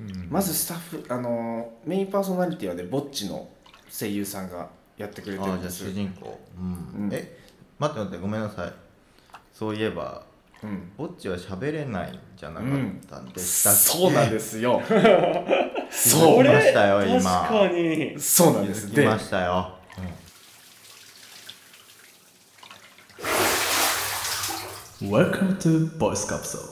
まずスタッフメインパーソナリティはねぼっちの声優さんがやってくれてるんです。 じゃあ主人公、待ってごめんなさい。そういえば、ぼっちは喋れないんじゃなかったんでしたっけ、 そうなんですよそうましたよ今。 確かにそうなんです。 気づきましたよ。 Welcome to Voice Capsule。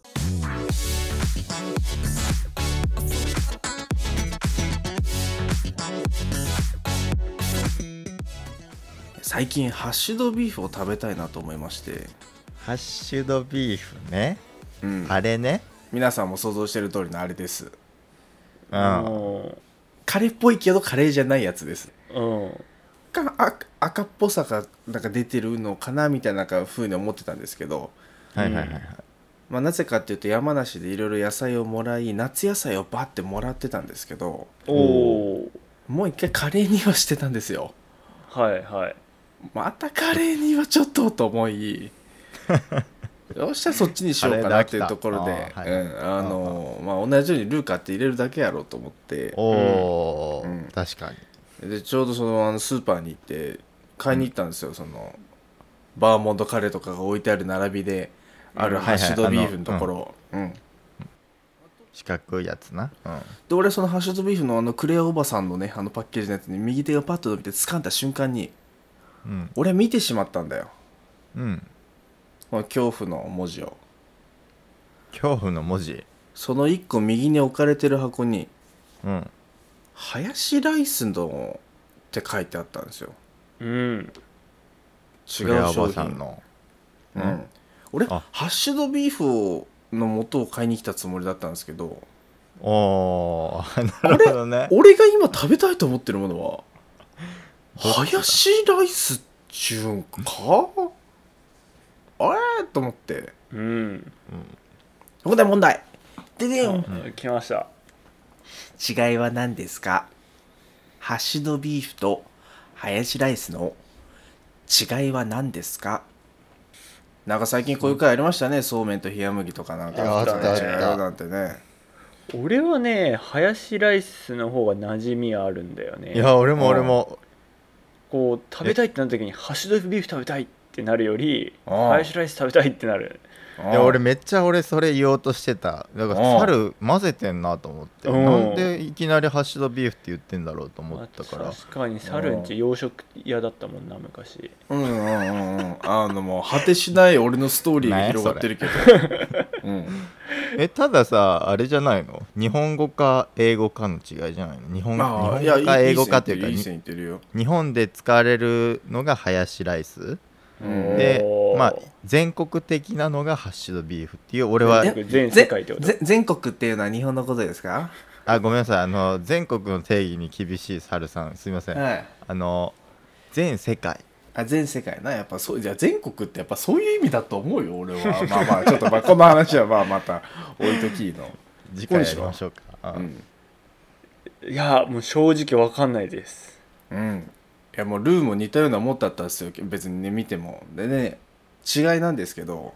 最近ハッシュドビーフを食べたいなと思いまして。 ハッシュドビーフね、あれね、 皆さんも想像してる通りのあれです。 カレーっぽいけどカレーじゃないやつです。赤っぽさがなんか出てるのかなみたいな風に思ってたんですけど、なぜかっていうと山梨でいろいろ野菜をもらい、夏野菜をバッてもらってたんですけど、もう一回カレーにはしてたんですよ。またカレーにはちょっとと思いよっしゃそっちにしようかなっていうところで、同じようにルー買って入れるだけやろうと思って、 確かに。 でちょうどそのスーパーに行って買いに行ったんですよ。そのバーモントカレーとかが置いてある並びであるハッシュドビーフのところ、 四角いやつな、 で俺そのハッシュドビーフのクレアおばさんのねパッケージのやつに右手がパッと伸びて掴んだ瞬間に、俺は見てしまったんだよ、この恐怖の文字を。 恐怖の文字、 その一個右に置かれてる箱に、ハヤシライスのって書いてあったんですよ。違う商品の、 俺ハッシュドビーフの素を買いに来たつもりだったんですけど、 なるほどね。 俺が今食べたいと思ってるものはハヤシライスっちゅうんかあれと思って、ここで問題でねよ、 来ました。 違いは何ですか？ハッシュドビーフとハヤシライスの違いは何ですか？なんか最近こういう回ありましたね。そうめんと冷麦とかなんかあった違うなんてね。 俺はねハヤシライスの方が馴染みあるんだよね。 いや俺もこう食べたいってなった時にハッシュドビーフ食べたいってなるよりハヤシライス食べたいってなる。 いや俺めっちゃそれ言おうとしてた。だから猿混ぜてんなと思って、なんでいきなりハッシュドビーフって言ってんだろうと思ったから。 確かに猿んち洋食屋だったもんな昔。 もう果てしない俺のストーリーが広がってるけどたださあれじゃないの、日本語か英語かの違いじゃないの？日本語か英語かっていうか日本で使われるのがハヤシライスで、全国的なのがハッシュドビーフっていう。俺は全世界ってこと？ 全国っていうのは日本のことですか？ ごめんなさい、全国の定義に厳しい猿さんすいません、全世界。 全世界な。やっぱそうじゃ全国ってやっぱそういう意味だと思うよ俺は。ちょっとこの話はまた置いときの次回やりましょうか。 いやもう正直わかんないです。 いやもうルーも似たようなもんだったんですよ別にね見ても。でね違いなんですけど、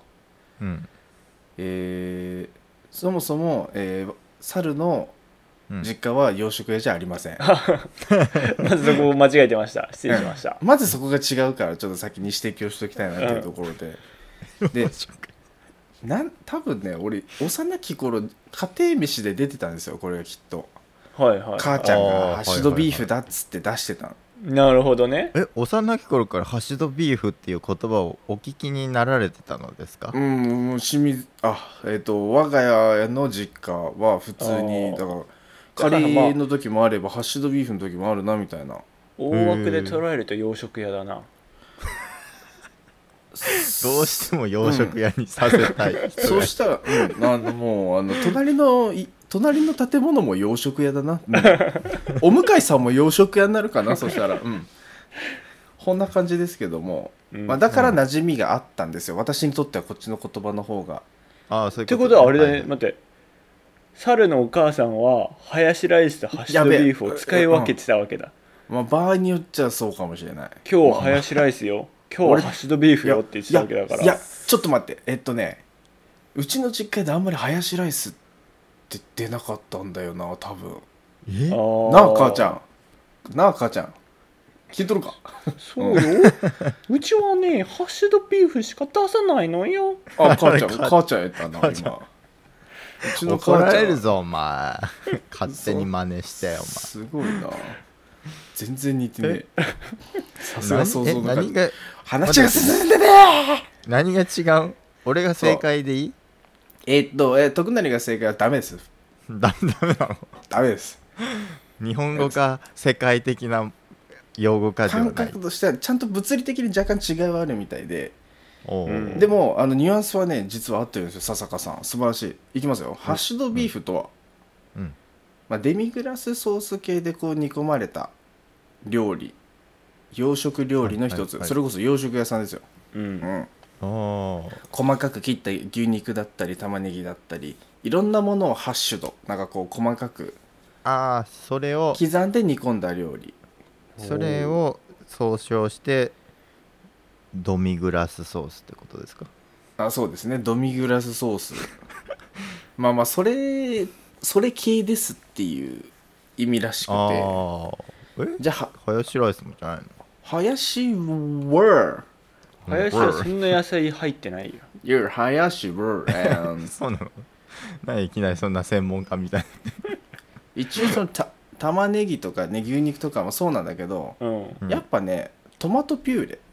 そもそも、猿の実家は洋食屋じゃありません。 まずそこを間違えてました。失礼しました。 まずそこが違うからちょっと先に指摘をしておきたいなというところで、で多分ね俺幼き頃家庭飯で出てたんですよこれがきっと。母ちゃんがハッシュドビーフだっつって出してた。 なるほどね。 幼き頃からハッシュドビーフっていう言葉をお聞きになられてたのですか？ もう我が家の実家は普通にだからカレーの時もあればハッシュドビーフの時もあるなみたいな。 大枠で捉えると洋食屋だな。 どうしても洋食屋にさせたい、 そうしたら、もう隣の建物も洋食屋だな、お向かいさんも洋食屋になるかなそしたら、こんな感じですけども、だから馴染みがあったんですよ私にとってはこっちの言葉の方が。 ってことはあれだね、待って猿のお母さんはハヤシライスとハッシュドビーフを使い分けてたわけだ。 場合によっちゃそうかもしれない。 今日ハヤシライスよ今日はハッシュドビーフよって言ってたわけだから。 いやちょっと待ってうちの実家であんまりハヤシライスって出なかったんだよな多分。 なあ母ちゃん聞いとるか。 そうようちはねハッシュドビーフしか出さないのよ。 母ちゃんやったな今。うちの母ちゃん怒られるぞお前勝手に真似してお前。 すごいな。全然似てねえ。さすが想像の何が話が進んでねえ。何が違う。俺が正解でいい。 徳成が正解はダメです。 ダメなの。 ダメです。 日本語か世界的な用語かではない。 感覚としてはちゃんと物理的に若干違いはあるみたいで、 でもニュアンスはね実は合ってるんですよ。笹香さん素晴らしい。いきますよ。ハッシュドビーフとは、デミグラスソース系でこう煮込まれた料理、洋食料理の一つ、それこそ洋食屋さんですよ。細かく切った牛肉だったり玉ねぎだったりいろんなものをハッシュドなんかこう細かくそれを刻んで煮込んだ料理、 それを総称してドミグラスソースってことですか。 そうですね、ドミグラスソースまあそれ系ですっていう意味らしくて。じゃあハヤシライスもじゃないの。 ハヤシはそんな野菜入ってないよ。ハヤシはそうなの。何いきなりそんな専門家みたいな一応その玉ねぎとかね牛肉とかもそうなんだけど、やっぱねトマトピューレ、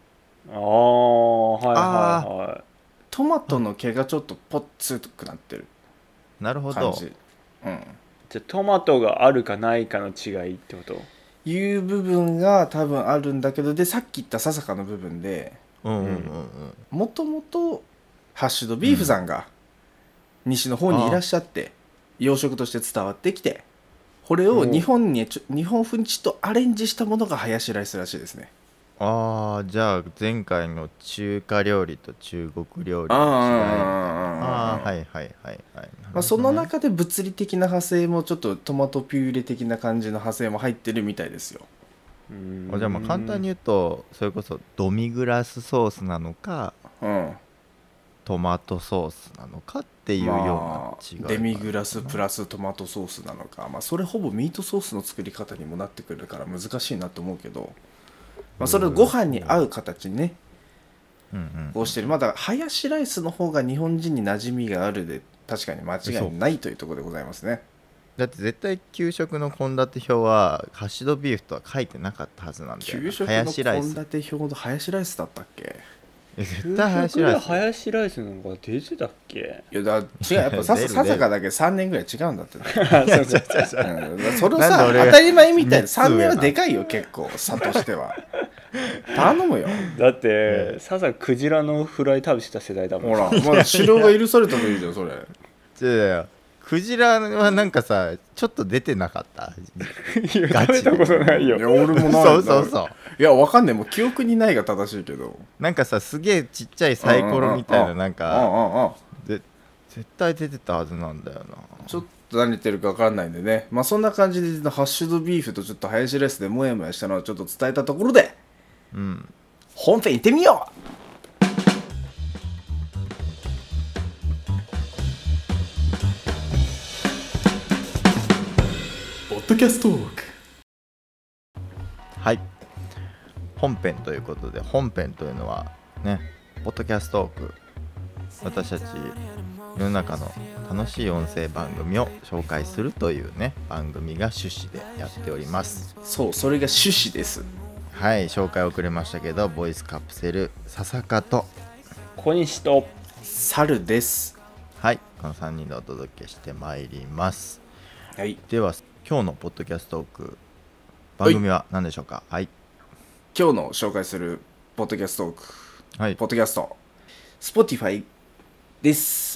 トマトの毛がちょっとポッツくなってるなるほど感じ。 じゃあトマトがあるかないかの違いってこという部分が多分あるんだけど、でさっき言ったささかの部分でもともとハッシュドビーフさんが西の方にいらっしゃって、洋食として伝わってきて、これを日本風にちょっとアレンジしたものがハヤシライスらしいですね。 じゃあ前回の中華料理と中国料理の違い。 その中で物理的な派生もちょっとトマトピューレ的な感じの派生も入ってるみたいですよ。 じゃあ簡単に言うとそれこそドミグラスソースなのか、トマトソースなのかっていうような違い、 デミグラスプラストマトソースなのか、それほぼミートソースの作り方にもなってくるから難しいなと思うけど、それをご飯に合う形にね、こうしてる。まだハヤシライスの方が日本人に馴染みがあるで確かに間違いないというところでございますね。 だって絶対給食の献立表はハッシュドビーフとは書いてなかったはずなんだよ。 給食の献立表のハヤシライスだったっけ。 絶対ハヤシライス。 ハヤシライスなんか出てたっけ。 いや違う、やっぱささかだけ3年ぐらい違うんだって、それをさ当たり前みたいな。3年はでかいよ結構差としては。頼むよ。 だってささクジラのフライ食べてた世代だもん。 ほらまだ白が許されたのいいじゃんそれ。 クジラはなんかさちょっと出てなかった。 食べたことないよ。 いや俺もない。 そういやわかんない、もう記憶にないが正しいけど、 なんかさすげえちっちゃいサイコロみたいななんか絶対出てたはずなんだよな。 ちょっと何言ってるか分かんないんでね。そんな感じでハッシュドビーフとちょっとハヤシライスでモヤモヤしたのをちょっと伝えたところで、本編行ってみよう。 ポッドキャストトーク。 はい、本編ということで、本編というのはね、ポッドキャストトーク、私たち世の中の楽しい音声番組を紹介するというね番組が趣旨でやっております。 そう、それが趣旨です。 はい、紹介遅れましたけど、ボイスカプセル笹香と小西と猿です。 はい、この3人でお届けしてまいります。 はい、 では今日のポッドキャストトーク番組は何でしょうか。はい、 今日の紹介するポッドキャストトーク、 はい、 ポッドキャスト Spotify です。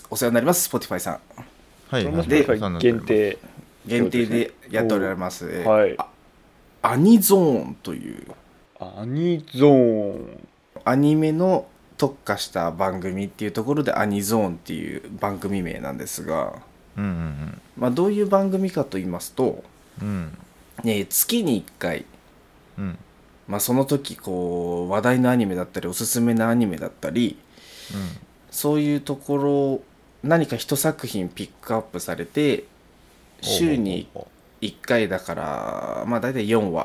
お世話になります Spotify さん。 はい、 で限定でやっておられます、 はい、 アニゾーンというアニゾーン、 アニメの特化した番組っていうところでアニゾーンっていう番組名なんですが、どういう番組かと言いますと、月に1回、その時こう話題のアニメだったりおすすめのアニメだったり、そういうところ何か一作品ピックアップされて週に1回だからまあ大体4話、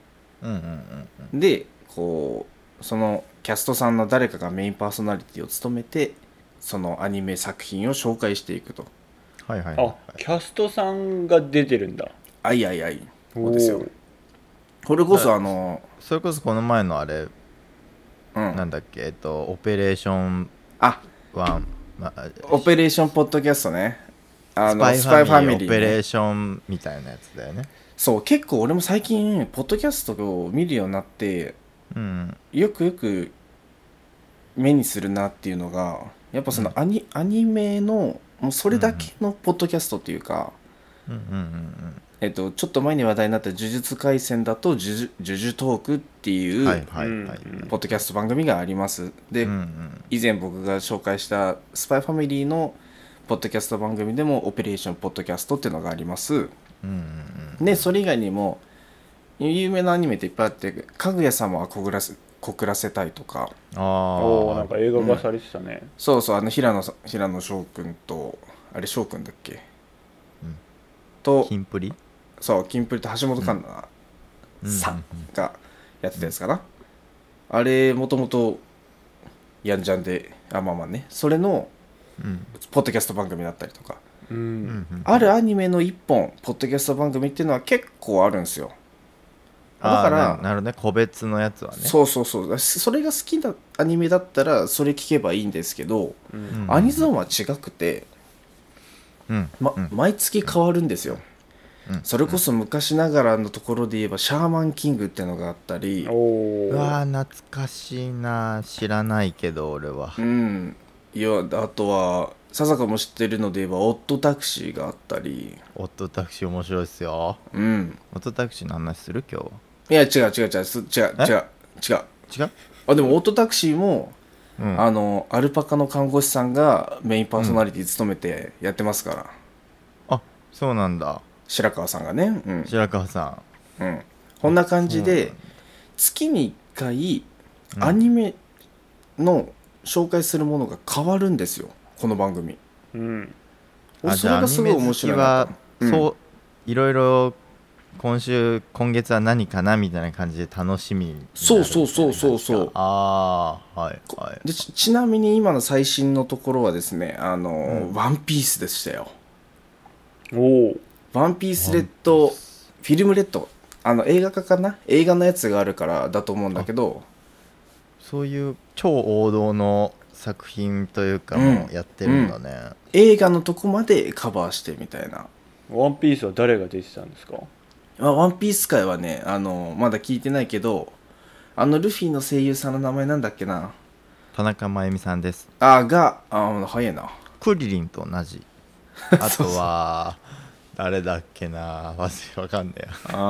でこうそのキャストさんの誰かがメインパーソナリティを務めてそのアニメ作品を紹介していくと。 はいはいはい、あ、キャストさんが出てるんだ。 あいそうですよ。これこそそれこそこの前のあれ、なんだっけオペレーション1、 オペレーションポッドキャストね。 スパイファミリーオペレーションみたいなやつだよね。 そう結構俺も最近ポッドキャストを見るようになって、よく目にするなっていうのがやっぱそのアニメのもうそれだけのポッドキャストっていうか、ちょっと前に話題になった呪術廻戦だと呪術トークっていうポッドキャスト番組があります。で、以前僕が紹介したスパイファミリーのポッドキャスト番組でもオペレーションポッドキャストっていうのがあります。でそれ以外にも有名なアニメっていっぱいあって、かぐや様は告らせたいとか、 なんか映画化されてたね。 そう平野翔くんとあれ翔くんだっけ、とキンプリと橋本環奈さんがやってたやつかな。あれもともとやんじゃんでそれのポッドキャスト番組だったりとか、あるアニメの1本ポッドキャスト番組っていうのは結構あるんですよ。だからなるほどね、個別のやつはね。 そうそれが好きなアニメだったらそれ聞けばいいんですけど、アニゾーンは違くて、毎月変わるんですよ。それこそ昔ながらのところで言えばシャーマンキングってのがあったり、 うわ懐かしいな、知らないけど俺は。 いやあとは笹香も知ってるので言えばオットタクシーがあったり。 オットタクシー面白いですよ。オットタクシーの話する今日は。 いや違うでもオットタクシーも、アルパカの看護師さんがメインパーソナリティ務めてやってますから。 あ、そうなんだ。 白川さんがね、 白川さん、こんな感じで月に1回アニメの紹介するものが変わるんですよ、この番組。 それがすごい面白いなと。そういろいろ今月は何かなみたいな感じで楽しみになる。 そう。でちなみに今の最新のところはですね、ワンピースでしたよ。ワンピースレッドフィルムレッド、映画化かな、映画のやつがあるからだと思うんだけど、 そういう超王道の作品というかもやってるんだね。 映画のとこまでカバーしてみたいな。 ワンピースは誰が出てたんですか？ ワンピース界はね、まだ聞いてないけど、ルフィの声優さんの名前なんだっけな。 田中真由美さんです。 早いな。 クリリンと同じ。あとは誰だっけな、わかんね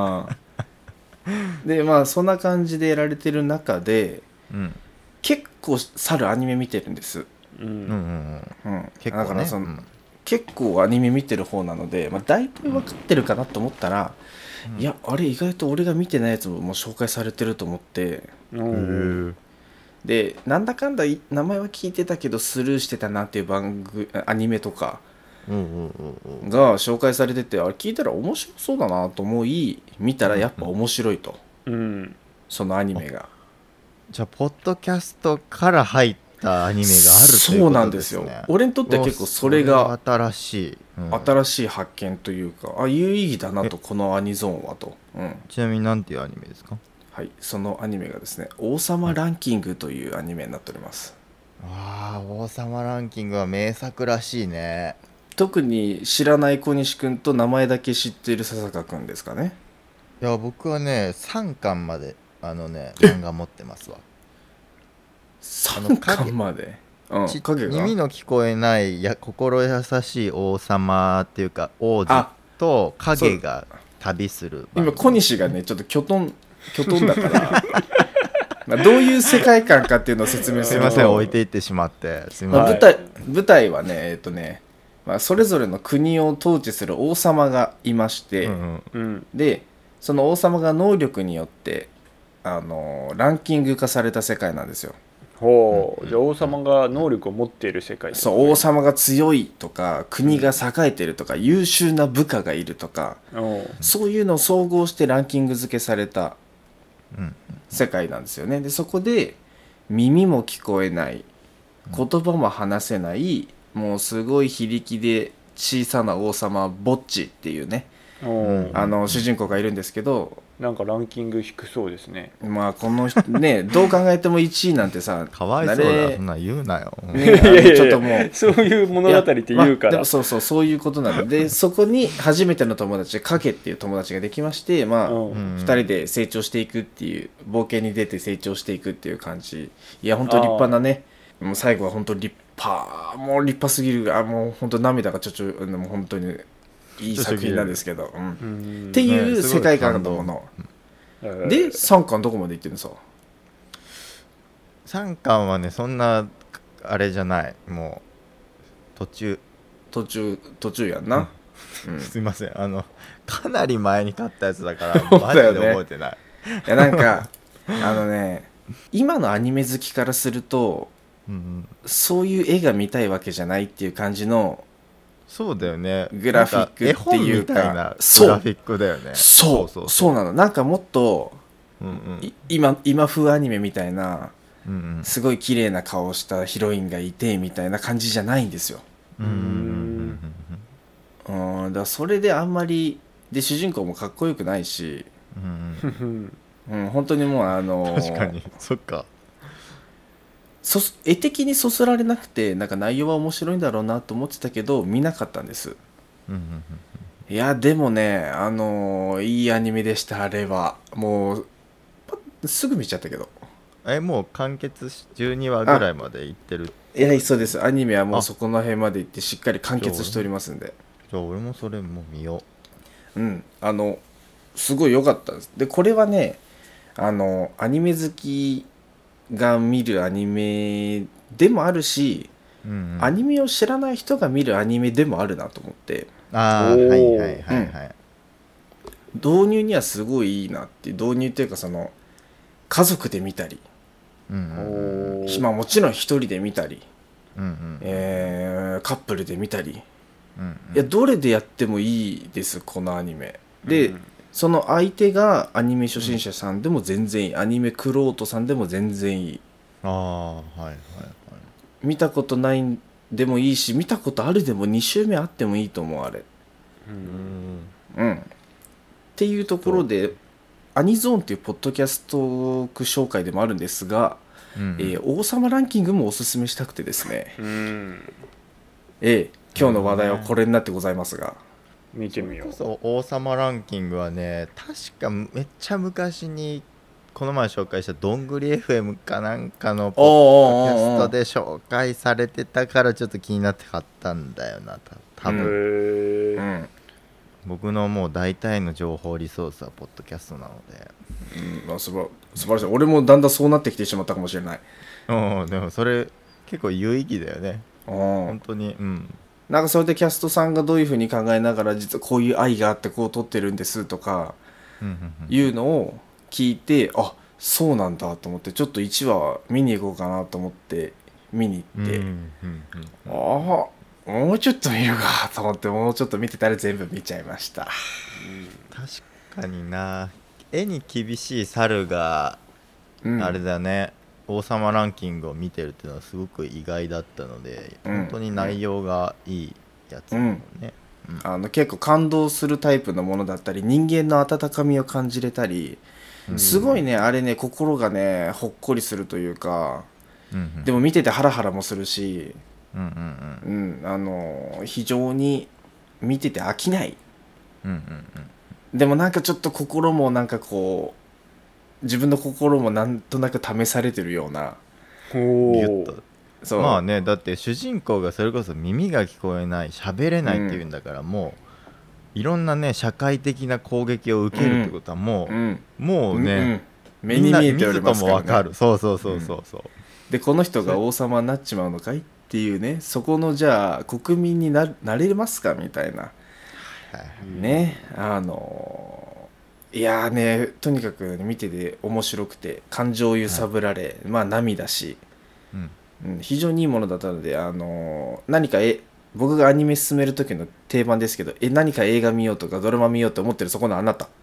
えや。でそんな感じでやられてる中で、結構猿アニメ見てるんです。 結構ね、 結構アニメ見てる方なので、大体分かってるかなと思ったら、いやあれ意外と俺が見てないやつも紹介されてると思って、でなんだかんだ名前は聞いてたけどスルーしてたなっていうアニメとかが紹介されてて、あれ聞いたら面白そうだなと思い見たらやっぱ面白いと、そのアニメが。 じゃあポッドキャストから入ったアニメがあるということですね。 そうなんですよ。俺にとっては結構それが新しい発見というか、有意義だなと、このアニゾーンはと。 ちなみに何ていうアニメですか？ はい、そのアニメがですね、王様ランキングというアニメになっております。 王様ランキングは名作らしいね。 特に知らない小西くんと名前だけ知っている笹香くんですかね。 いや僕はね3巻まで漫画持ってますわ。 3巻まで、 耳の聞こえない心優しい王様っていうか王子と影が旅する。 今小西がねちょっときょとんだからどういう世界観かっていうのを説明すると、 すいません置いていってしまって、すいません。 舞台はねそれぞれの国を統治する王様がいまして、でその王様が能力によってランキング化された世界なんですよ。 ほう、じゃあ王様が能力を持っている世界、 そう王様が強いとか国が栄えてるとか、優秀な部下がいるとか、そういうのを総合してランキング付けされた世界なんですよね。でそこで耳も聞こえない、言葉も話せない、もうすごい非力で小さな王様ボッチっていうね、主人公がいるんですけど、 なんかランキング低そうですね。 まあこの人ねどう考えても1位なんてさかわいそうだ、そんな言うなよ、 ね、ちょっともうそういう物語って言うから、 まあ、そういうことなのでそこに初めての友達カケっていう友達ができまして、まあ2人で成長していくっていう、冒険に出て成長していくっていう感じ。いや本当立派なね、もう最後は本当立派、もう立派すぎる、もう本当涙がもう本当にいい作品なんですけど、っていう世界観のもの、で3巻どこまでいってるのさ。 3巻はねそんなあれじゃない、もう途中やんな、すいません、かなり前に買ったやつだからマジで覚えてない、 いやなんか今のアニメ好きからすると、そういう絵が見たいわけじゃないっていう感じの、 そうだよね、 グラフィックっていうか、 絵本みたいなグラフィックだよね。 そうなの。なんかもっと、今風アニメみたいな、すごい綺麗な顔をしたヒロインがいてみたいな感じじゃないんですよ。だからそれであんまりで主人公もかっこよくないし、本当にもう確かにそっか、 絵的にそそられなくて、なんか内容は面白いんだろうなと思ってたけど見なかったんです。いやでもねいいアニメでした。あれはもうすぐ見ちゃったけど。 もう完結12話ぐらいまでいってる。 いやそうです。アニメはもうそこの辺までいってしっかり完結しておりますんで。 じゃあ俺もそれも見よう。すごい良かったです。でこれはねアニメ好きが見るアニメでもあるし、アニメを知らない人が見るアニメでもあるなと思って、導入にはすごいいいなっていう、導入っていうかその家族で見たり、まあもちろん一人で見たり、カップルで見たり、いやどれでやってもいいですこのアニメで。その相手がアニメ初心者さんでも全然いい、アニメクロートさんでも全然いい、見たことないんでもいいし、見たことあるでも2週目あってもいいと思う、あれ。っていうところでアニゾーンっていうポッドキャスト紹介でもあるんですが、王様ランキングもおすすめしたくてですね、今日の話題はこれになってございますが、 見てみよう。 王様ランキングはね、確かめっちゃ昔にこの前紹介したどんぐり FM かなんかのポッドキャストで紹介されてたからちょっと気になって買ったんだよな、多分。僕のもう大体の情報リソースはポッドキャストなので、 素晴らしい。俺もだんだんそうなってきてしまったかもしれない。 でもそれ結構有意義だよね、本当に。 なんかそれでキャストさんがどういうふうに考えながら実はこういう愛があってこう撮ってるんですとかいうのを聞いて、あ、そうなんだと思ってちょっと1話見に行こうかなと思って見に行って、もうちょっと見るかと思ってもうちょっと見てたら全部見ちゃいました。 確かにな、絵に厳しい猿があれだね、王様ランキングを見てるっていうのはすごく意外だったので、本当に内容がいいやつだもんね。 結構感動するタイプのものだったり、人間の温かみを感じれたり、すごいねあれね、心がねほっこりするというか、でも見ててハラハラもするし、非常に見てて飽きない、でもなんかちょっと心もなんかこう自分の心もなんとなく試されてるような、 ギュッと。まあね、だって主人公がそれこそ耳が聞こえない、喋れないっていうんだから、もういろんなね社会的な攻撃を受けるってことはもうね、 目に見えておりますからね。 見るとも分かる。そうでこの人が王様になっちまうのかいっていうね、そこのじゃあ国民になれますかみたいな、ね、いやね、とにかく見てて面白くて感情揺さぶられ、まあ涙し、 非常にいいものだったので、何か僕がアニメ進める時の定番ですけど、何か映画見ようとかドラマ見ようと思ってるそこのあなた、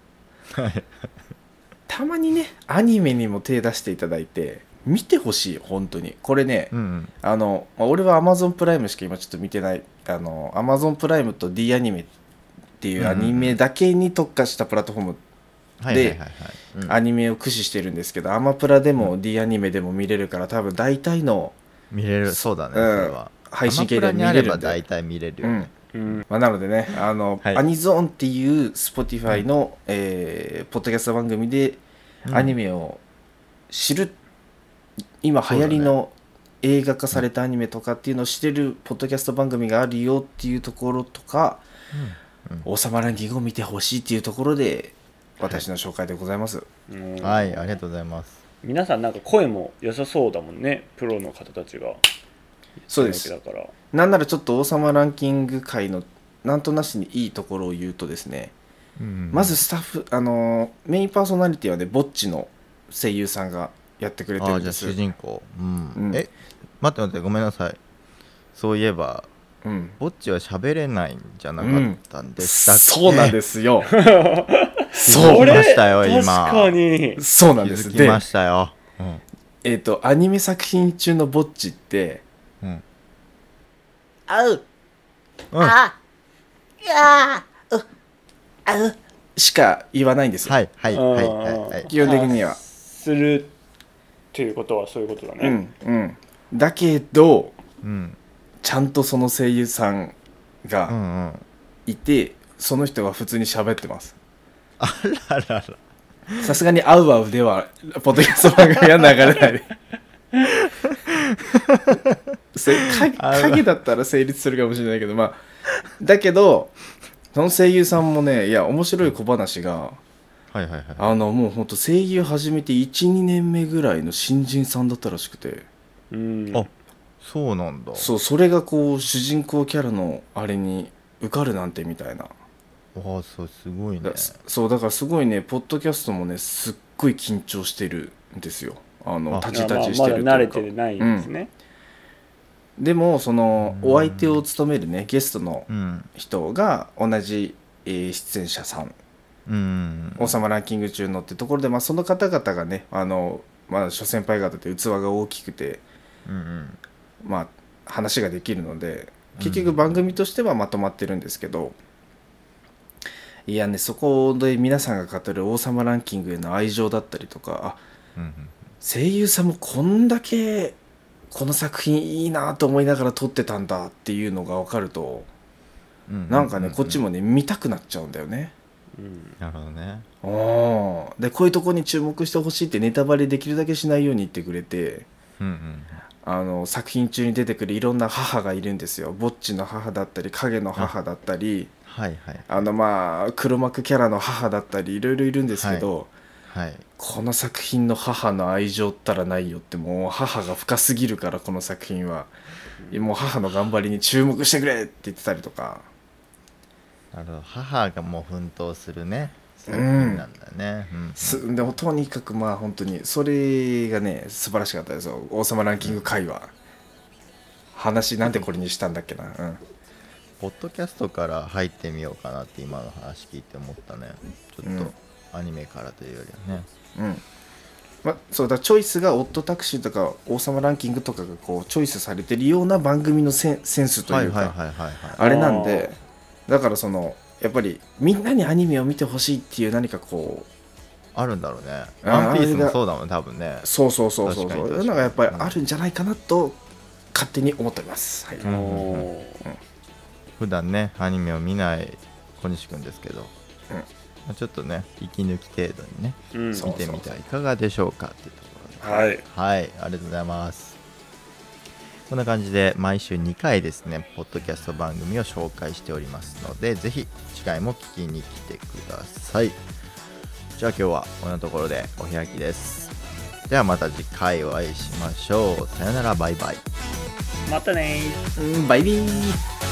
たまにねアニメにも手出していただいて見てほしい。本当にこれね、俺は Amazon プライムしか今ちょっと見てない。Amazon プライムと D アニメっていうアニメだけに特化したプラットフォームでアニメを駆使してるんですけど、アマプラでも D アニメでも見れるから、多分大体の見れる。そうだね、それは配信系で見れるんで、 大体見れるよね。 なのでね、アニゾーンっていう Spotify の、ポッドキャスト番組でアニメを知る、今流行りの映画化されたアニメとかっていうのを知れるポッドキャスト番組があるよっていうところとか、王様ランキングを見てほしいっていうところで私の紹介でございます。 はい、ありがとうございます。 皆さんなんか声も良さそうだもんね、プロの方たちが。 そうです。なんならちょっと王様ランキング界のなんとなしにいいところを言うとですね、まずスタッフ、メインパーソナリティはねぼっちの声優さんがやってくれてるんです。 じゃあ主人公、待ってごめんなさい。そういえば、ぼっちは喋れないんじゃなかったんでしたっけ。 そうなんですよ。 そうましたよ今。 確かにそうなんです。 気づきましたよ。 アニメ作品中のぼっちって、しか言わないんですよ。基本的にはするっていうことはそういうことだね。 だけど、ちゃんとその声優さんがいて、その人が普通に喋ってます。 あららら。 さすがにアウアウではポッドキャスト番組は流れないで影だったら成立するかもしれないけど、だけどその声優さんもね、いや面白い小話が、もうほんと声優始めて 1,2 年目ぐらいの新人さんだったらしくて、 あ、そうなんだ。 それがこう主人公キャラのあれに受かるなんてみたいな。 そうすごいね。 そうだからすごいね、ポッドキャストもねすっごい緊張してるんですよ。タジタジしてるというか、 まだ慣れてないんですね。 でもそのお相手を務めるねゲストの人が同じ出演者さん、王様ランキング中のってところで、その方々がね諸先輩方で器が大きくて、話ができるので結局番組としてはまとまってるんですけど、いやね、そこで皆さんが語る王様ランキングへの愛情だったりとか、声優さんもこんだけこの作品いいなと思いながら撮ってたんだっていうのが分かると、なんかねこっちもね見たくなっちゃうんだよね。 なるほどね。 でこういうとこに注目してほしいってネタバレできるだけしないように言ってくれて、作品中に出てくるいろんな母がいるんですよ。ぼっちの母だったり影の母だったり、黒幕キャラの母だったりいろいろいるんですけど、この作品の母の愛情ったらないよって、もう母が深すぎるから、この作品はもう母の頑張りに注目してくれって言ってたりとか。 なるほど、母がもう奮闘するね作品なんだね。 でもとにかく本当にそれがね素晴らしかったですよ。王様ランキング会話、話なんでこれにしたんだっけな。 ポッドキャストから入ってみようかなって今の話聞いて思ったね。ちょっとアニメからというよりはね。 そうだ、チョイスがオッドタクシーとか王様ランキングとかがこうチョイスされてるような番組のセンスというかあれなんで、だからやっぱりみんなにアニメを見てほしいっていう何かこうあるんだろうね。ワンピースもそうだもん多分ね。 そういうのがやっぱりあるんじゃないかなと勝手に思っております。 普段ねアニメを見ない小西くんですけど、ちょっとね息抜き程度にね、見てみてはいかがでしょうかっていうところで、ありがとうございます。こんな感じで毎週2回ですねポッドキャスト番組を紹介しておりますので、ぜひ次回も聞きに来てください。じゃあ今日はこんなところでお開きです。ではまた次回お会いしましょう。さよなら、バイバイ。 またねバイビー。